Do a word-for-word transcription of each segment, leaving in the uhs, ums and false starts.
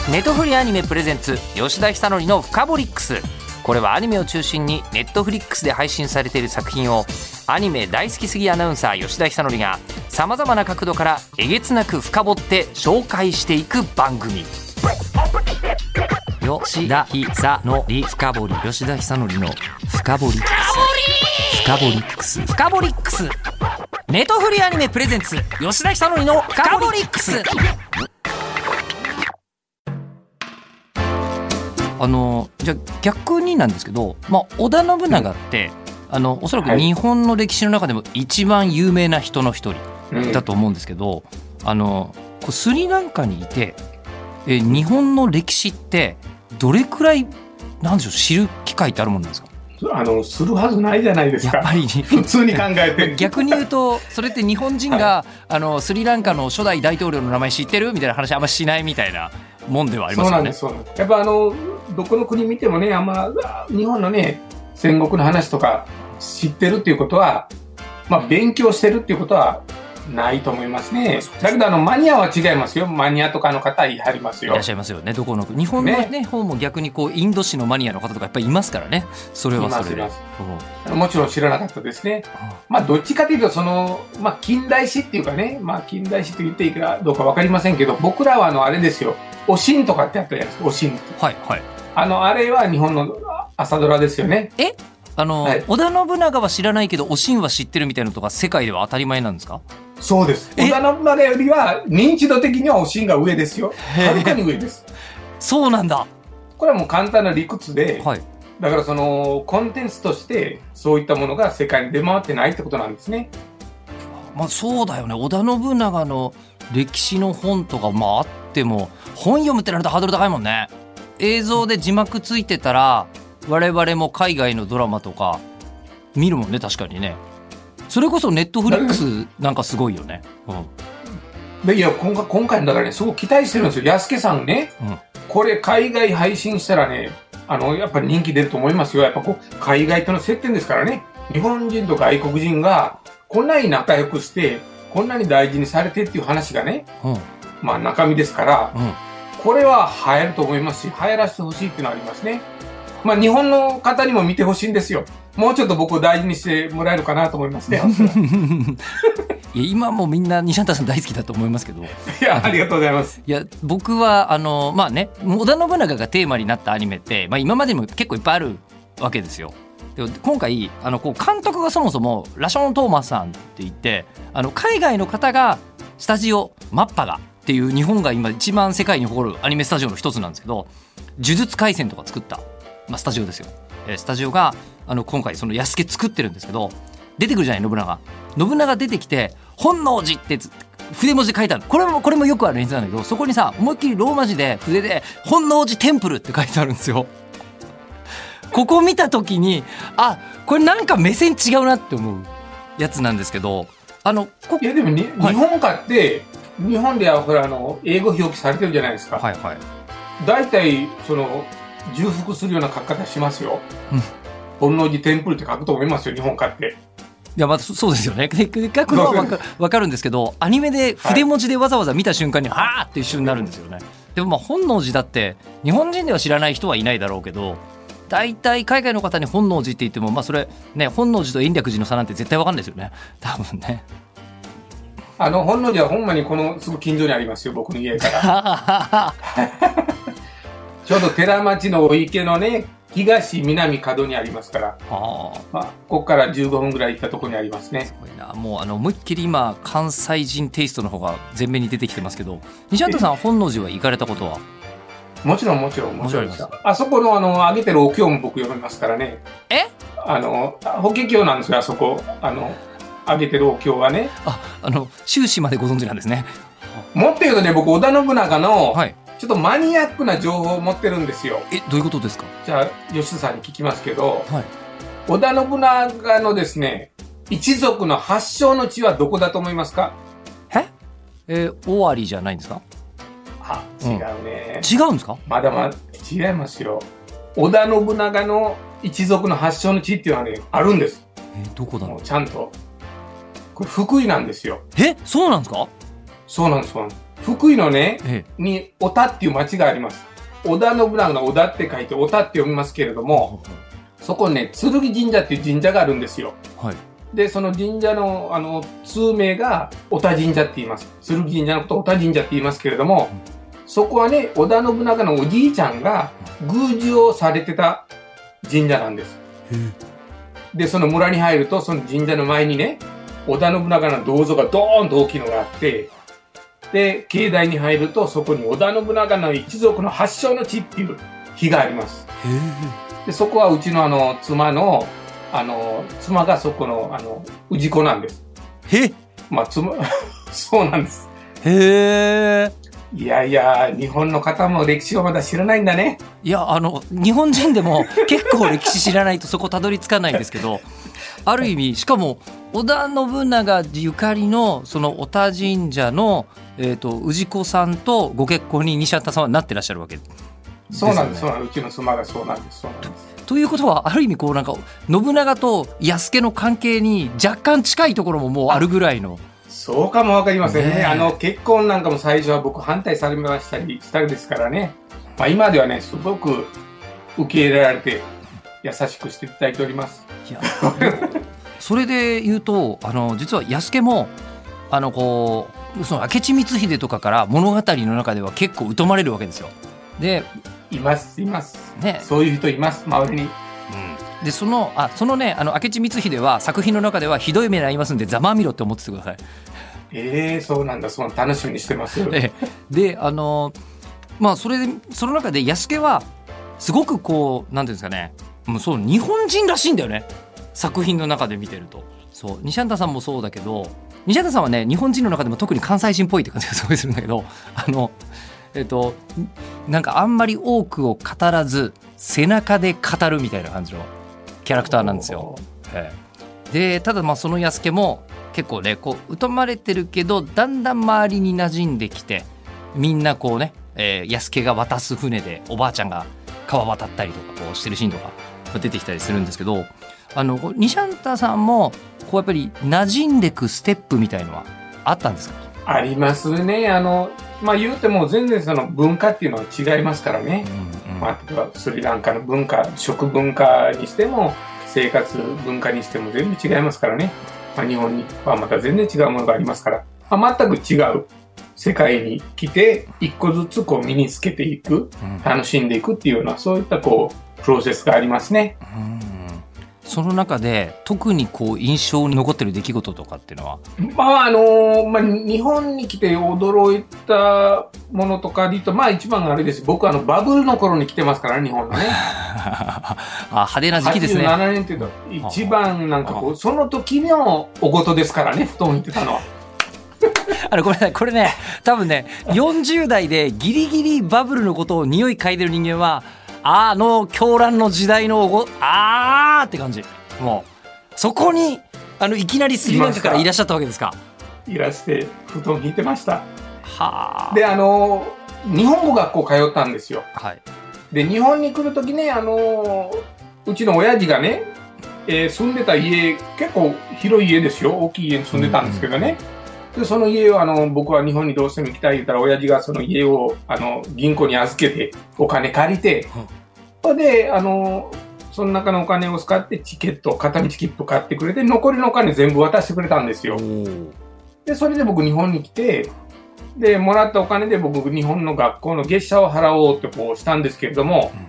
ネトフリアニメプレゼンツ吉田久典のフカボリックス。これはアニメを中心にネットフリックスで配信されている作品をアニメ大好きすぎアナウンサー吉田久典がさまざまな角度からえげつなく深掘って紹介していく番組。吉田久典深掘り、吉田久典の深掘り深掘りックス深掘りックス。ネトフリアニメプレゼンツ吉田久典の深掘りックス。あのじゃあ逆になんですけど、まあ、織田信長ってあのおそらく日本の歴史の中でも一番有名な人の一人だと思うんですけど、うん、あのこうスリランカにいてえ日本の歴史ってどれくらいなんでしょう知る機会ってあるものなんですか？ あのするはずないじゃないですか。 やっぱり普通に考えて逆に言うとそれって日本人が、はい、あのスリランカの初代大統領の名前知ってるみたいな話あんましないみたいなもんではありますよね。 そうなんです。そうなんです。やっぱあのどこの国見てもね、あんま日本のね戦国の話とか知ってるっていうことは、まあ、勉強してるっていうことはないと思いますね。だけどあのマニアは違いますよ。マニアとかの方いはりますよ。 いらっしゃいますよね。どこの日本の、ねね、方も逆にこうインド史のマニアの方とかやっぱりいますからね。それはそれでもちろん知らなかったですね。まあどっちかというとその、まあ、近代史っていうかね、まあ、近代史と言っていいかどうか分かりませんけど、僕らはあのあれですよ、おしんとかってあったじゃないですか。おしん、 はいはい、あのあれは日本の朝ドラですよね。 えあの、はい、織田信長は知らないけどおしんは知ってるみたいなのとか世界では当たり前なんですか？ そうです。織田信長よりは認知度的にはおしんが上ですよ。はるかに上です。 そうなんだ。 これはもう簡単な理屈で、 はい、 だからそのコンテンツとしてそういったものが世界に出回ってないってことなんですね。 まあ、そうだよね。織田信長の歴史の本とか、まあ、あっても本読むってなるとハードル高いもんね。映像で字幕ついてたら我々も海外のドラマとか見るもんね。確かにね。それこそネットフリックスなんかすごいよね。 うん、でいや今回今回だからねすごく期待してるんですよ。安家さんね、うん、これ海外配信したらねあのやっぱり人気出ると思いますよ。やっぱこう海外との接点ですからね。日本人と外国人がこんなに仲良くしてこんなに大事にされてっていう話がね、うん、まあ中身ですから、うん、これは流行ると思いますし流行らせてほしいっていうのはありますね。まあ日本の方にも見てほしいんですよ。もうちょっと僕を大事にしてもらえるかなと思いますね。 いや今もみんな西畑さん大好きだと思いますけど。 いやありがとうございます。 いや僕はあのまあね織田信長がテーマになったアニメって、まあ、今までにも結構いっぱいあるわけですよ。で今回あのこう監督がそもそもラション・トーマスさんって言ってあの海外の方がスタジオマッパがっていう日本が今一番世界に誇るアニメスタジオの一つなんですけど、呪術廻戦とか作った、まあ、スタジオですよ。スタジオがあの今回その安家作ってるんですけど、出てくるじゃない信長信長出てきて本能寺って筆文字で書いてある。これもこれもよくある演出なんだけど、そこにさ思いっきりローマ字で筆で本能寺テンプルって書いてあるんですよ。ここ見た時にあこれなんか目線違うなって思うやつなんですけど、あのこいやでもに、はい、日本かって日本ではほらあの英語表記されてるじゃないですか。 はいはい。だいたいその重複するような書き方しますよ。うん、本能寺テンプルって書くと思いますよ日本かって。 いやまあそうですよね。書くのは分か、分かるんですけど、アニメで筆文字でわざわざ見た瞬間に、はい、はーって一瞬になるんですよね。でもまあ本能寺だって日本人では知らない人はいないだろうけど、大体海外の方に本能寺って言ってもまあそれね本能寺と延暦寺の差なんて絶対分かんないですよね多分ね。 あの本能寺はほんまにこのすぐ近所にありますよ僕の家からちょうど寺町のお池のね東南角にありますから、あ、まあ、ここからじゅうごふんぐらい行ったところにありますね。 すごいな。もうあの思いっきり今関西人テイストの方が前面に出てきてますけど、西畑さん本能寺は行かれたことは？ もちろんもちろんもちろんです。あそこのあの上げてるお経も僕読みますからね。 えあの法華経なんですよあそこあの上げてるお経はね。 ああの終始までご存知なんですね。 もっと言うとね僕織田信長の、 はい、 ちょっとマニアックな情報を持ってるんですよ。 えどういうことですか？ じゃあ吉田さんに聞きますけど、はい、織田信長のですね一族の発祥の地はどこだと思いますか？ ええー、尾張じゃないんですか？ あ違うね、 うん、違うんですか？ まだまだ違いますよ。織田信長の一族の発祥の地っていうのはねあるんです。 えー、どこだろう？ ちゃんとこれ福井なんですよ。 えそうなんですか？ そうなんです。 福井のね、 ええ、 に小田っていう町があります。織田信長の織田って書いて小田って読みますけれども、そこにね、剣神社っていう神社があるんですよ。 はい。 で、その神社の、あの、通名が小田神社って言います。剣神社のことを小田神社って言いますけれども、そこはね、織田信長のおじいちゃんが宮司をされてた神社なんです。で、その村に入ると、その神社の前にね、織田信長の銅像がドーンと大きいのがあって、で、境内に入ると、そこに織田信長の一族の発祥の地っていう碑があります。で、そこはうちのあの、妻の、あの、妻がそこの、あの、氏子なんです。 へまあ、妻、そうなんです。 へー。 いやいや、日本の方も歴史をまだ知らないんだね。 いや、あの、日本人でも結構歴史知らないとそこたどり着かないんですけど、ある意味、しかも、織田信長ゆかりの、その小田神社の、えっと、氏子さんとご結婚に西畑さんはなってらっしゃるわけですよね。 そうなんです、そうなんです。うちの妻がそうなんです、そうなんです。 ということは、ある意味、こう、なんか、信長と弥助の関係に若干近いところももうあるぐらいの。 そうかもわかりませんね。 ね、 あの、結婚なんかも最初は僕反対されましたりしたですからね。まあ今ではね、すごく受け入れられて優しくしていただいております。 いやそれで言うと、あの、実は弥助も、あの、こう、その明智光秀とかから物語の中では結構疎まれるわけですよ。で、 います、います。 ね。 そういう人います、周りに。 うん、で、その、あ、そのね、あの、明智光秀は作品の中ではひどい目に遭いますんで、ざまあみろって思っててください。 ええー、そうなんだ、そう楽しみにしてますよ。 えで、あのまあそれでその中で弥助はすごくこうなんていうんですかね、もうそう日本人らしいんだよね。作品の中で見てると、そう西畑さんもそうだけど、西畑さんはね日本人の中でも特に関西人っぽいって感じがすごいするんだけど、あのえっとなんかあんまり多くを語らず背中で語るみたいな感じのキャラクターなんですよ。ええ、でただまあその弥助も結構ねこう疎まれてるけどだんだん周りに馴染んできて、みんなこうね、えー、弥助が渡す船でおばあちゃんが川渡ったりとかこうしてるシーンとか出てきたりするんですけど、あの西畑さんもこうやっぱり馴染んでくステップみたいのはあったんですか？ ありますね。あのまあ言うても全然その文化っていうのは違いますからね。うんうん、まあ、例えばスリランカの文化、食文化にしても生活文化にしても全部違いますからね。まあ、日本にはまた全然違うものがありますから、まあ、全く違う世界に来て一個ずつこう身につけていく、楽しんでいくっていうようなそういったこうプロセスがありますね。 うん、その中で特にこう印象に残ってる出来事とかっていうのは、 まああのまあ、日本に来て驚いたものとかで言うと、まあ一番あれです。僕はあのバブルの頃に来てますからね、日本のね。 あ、派手な時期ですね。 はちじゅうななねんっていうと一番なんかこうその時のお事ですからね、布団行ってたのは。 あのごめんなさい、これね多分ねよんじゅう代でギリギリバブルのことを匂い嗅いでる人間はあの狂乱の時代のおごあーって感じ。もうそこにあのいきなりスリランカからいらっしゃったわけですか？ いらして布団引いてました。 はあ。 であの日本語学校通ったんですよ。 はい。 で日本に来る時ね、あのうちの親父がね、えー、住んでた家結構広い家ですよ。大きい家に住んでたんですけどね、うんうん、でその家をあの僕は日本にどうしても行きたい言ったら、親父がその家をあの銀行に預けてお金借りて、それであのその中のお金を使ってチケット片道切符買ってくれて、残りのお金全部渡してくれたんですよ。でそれで僕日本に来て、でもらったお金で僕日本の学校の月謝を払おうってこうしたんですけれども、うん、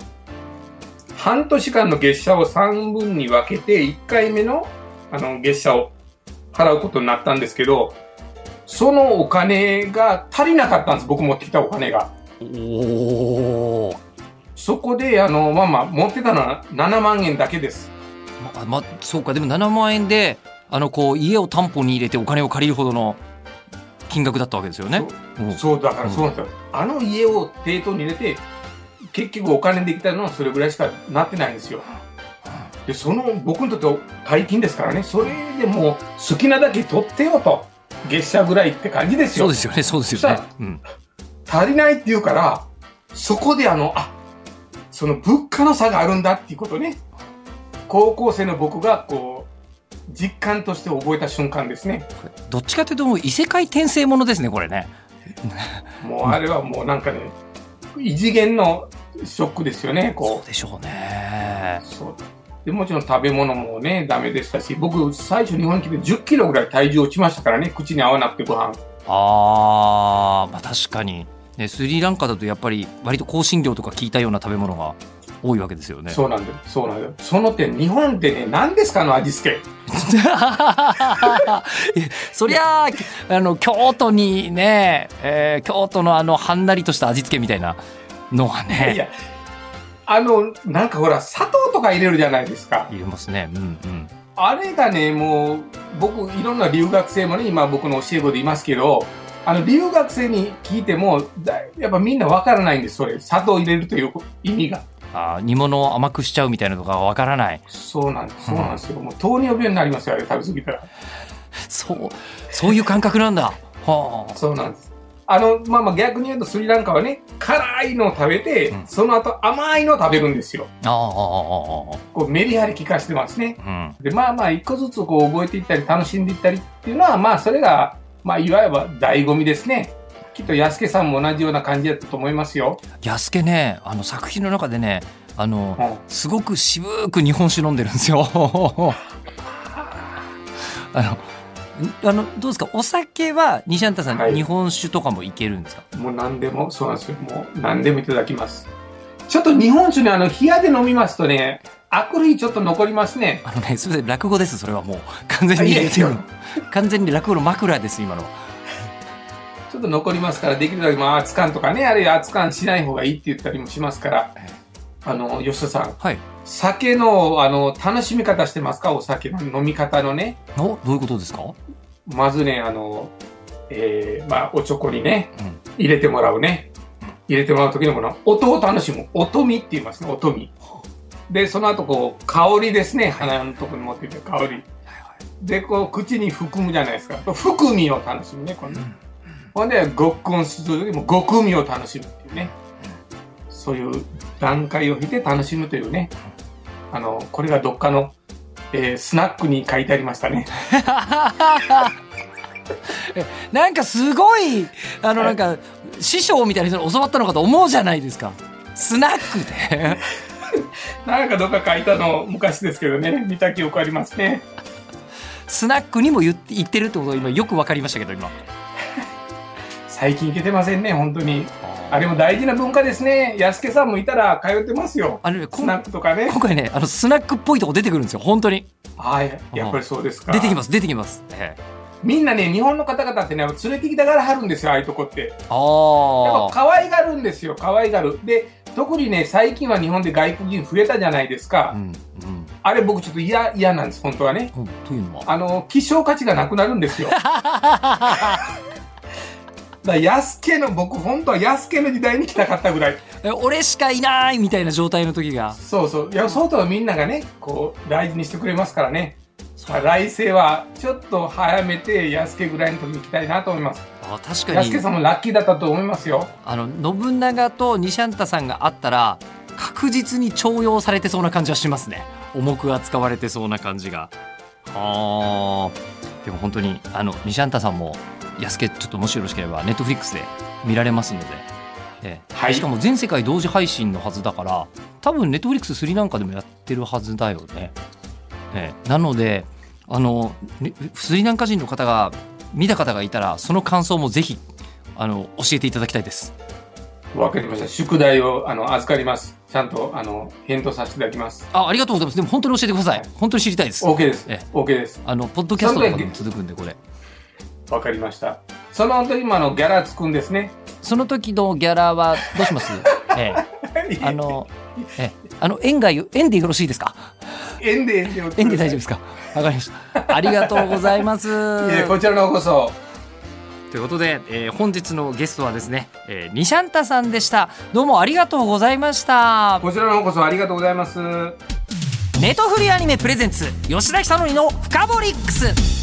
半年間の月謝をさんぶんに分けていっかいめのあの月謝を払うことになったんですけど、そのお金が足りなかったんです。僕持ってきたお金が。おー。そこであのまあまあ持ってたのはななまんえんだけです。 ままそうか。でもななまんえんであのこう家を担保に入れてお金を借りるほどの金額だったわけですよね。 そう、そうだからそうなんですよ、うん、あの家を抵当に入れて結局お金できたのはそれぐらいしかなってないんですよ。でその僕にとって大金ですからね。それでもう好きなだけ取ってよと、月謝ぐらいって感じですよ。 そうですよね、そうですよね、うん、 足りないって言うから、そこであのあその物価の差があるんだっていうことね、高校生の僕がこう実感として覚えた瞬間ですね。 どっちかというと異世界転生ものですね、これね。 もうあれはもうなんかね、異次元のショックですよね。こうそうでしょうね。 そうでもちろん食べ物もねダメでしたし、僕最初日本に来てじゅっキロぐらい体重落ちましたからね、口に合わなくてご飯。 あー、まあ確かに、ね、スリランカだとやっぱり割と香辛料とか効いたような食べ物が多いわけですよね。 そうなんだよ、そうなんだよ。その点日本ってね、何ですかあの味付け。 そりゃあ、あの京都にね、えー、京都のあのはんなりとした味付けみたいなのはね、 いやあのなんかほら砂糖とか入れるじゃないですか。 入れますね。うんうん。 あれがね、もう僕いろんな留学生もね、今僕の教え子でいますけど、あの留学生に聞いてもだやっぱみんなわからないんです。それ砂糖を入れるという意味が。 あ、煮物を甘くしちゃうみたいなのがわからない。 そうなんです、そうなんですよ、うん、もう糖尿病になりますよ、あれ食べ過ぎたら。 そうそういう感覚なんだ。はあ、 そうなんです。あのまあまあ逆に言うとスリランカはね、辛いのを食べて、うん、その後甘いのを食べるんですよ。 ああ、 こうメリハリ効かしてますね。 うん、 でまあまあ一個ずつこう覚えていったり楽しんでいったりっていうのは、まあそれがまあいわゆる醍醐味ですね。きっと安家さんも同じような感じだったと思いますよ。 安家ね、あの作品の中でね、あの、うん、すごく渋く日本酒飲んでるんですよ。あのあのどうですか、お酒は西安太さん、はい、日本酒とかもいけるんですか？ もう何でも、そうなんですよ、もう何でもいただきます。ちょっと日本酒ね、あの冷やで飲みますとね、あくる日ちょっと残りますね。 あのね、すみません、落語です。それはもう完全に完全に落語の枕です、今のは。 ちょっと残りますから、できるだけまあ熱燗とかね、あるいは熱燗しない方がいいって言ったりもしますから。あの吉田さん、 はい、 酒のあの楽しみ方してますか？お酒の飲み方のね。 お、どういうことですか？ まずね、あの、えー、まあおちょこにね、うん、入れてもらうね。入れてもらう時のこの音を楽しむ、音見って言いますね、音見。でその後こう香りですね、鼻のところに持っていて香り。はいはい、でこう口に含むじゃないですか。含みを楽しむね、この、うん、ほんでごっくんする時も極味を楽しむっていうね。そういう段階を経て楽しむというね、あのこれがどっかの、えー、スナックに書いてありましたね。 なんかすごいあのなんか師匠みたいな人に教わったのかと思うじゃないですか、スナックで。 なんかどっか書いたの昔ですけどね、見た記憶ありますね。 スナックにも言って言ってるってことが今よく分かりましたけど、今最近行けてませんね、本当に。あれも大事な文化ですね。安家さんもいたら通ってますよ。あのね、スナックとかね。 今回ね、あのスナックっぽいとこ出てくるんですよ、本当に。 はい、やっぱりそうですか。 出てきます、出てきます。ええ、 みんなね、日本の方々ってね、連れてきたがらはるんですよ、ああいうとこって。 ああ。 やっぱ可愛がるんですよ、可愛がる。で、特にね、最近は日本で外国人増えたじゃないですか。うんうん、あれ僕ちょっと嫌、嫌なんです、本当はね。 うん、というのはあの、希少価値がなくなるんですよ。だ安家の、僕本当は安家の時代に来たかったぐらい。 俺しかいないみたいな状態の時が。 そうそう。いや、そうとはみんながね、こう、大事にしてくれますからね。来世はちょっと早めて安家ぐらいの時に来たいなと思います。 あ、確かに安家さんもラッキーだったと思いますよ。 あの信長と西安太さんがあったら確実に重用されてそうな感じはしますね。重く扱われてそうな感じが。あでも本当にあの西安太さんも安家ちょっともしよろしければネットフリックスで見られますので、ええ、はい、しかも全世界同時配信のはずだから多分ネットフリックススリランカでもやってるはずだよね。ええ、なのであのスリランカ人の方が見た方がいたらその感想もぜひあの教えていただきたいです。 わかりました。宿題をあの預かります。ちゃんとあの返答させていただきます。 あ、ありがとうございます。でも本当に教えてください。本当に知りたいです。 OK です。 え OK です。 あのポッドキャストとかでも続くんでこれ。 わかりました。その時今のギャラつくんですね。 その時のギャラはどうします？ええ、あのえあの円が円でよろしいですか？ 円で円で円で大丈夫ですか？わかりました。ありがとうございます。 いやこちらのこそ。 ということで、えー、本日のゲストはですね、えー、西安太さんでした。どうもありがとうございました。 こちらのこそありがとうございます。 ネトフリアニメプレゼンツ吉田久典のフカボリックス。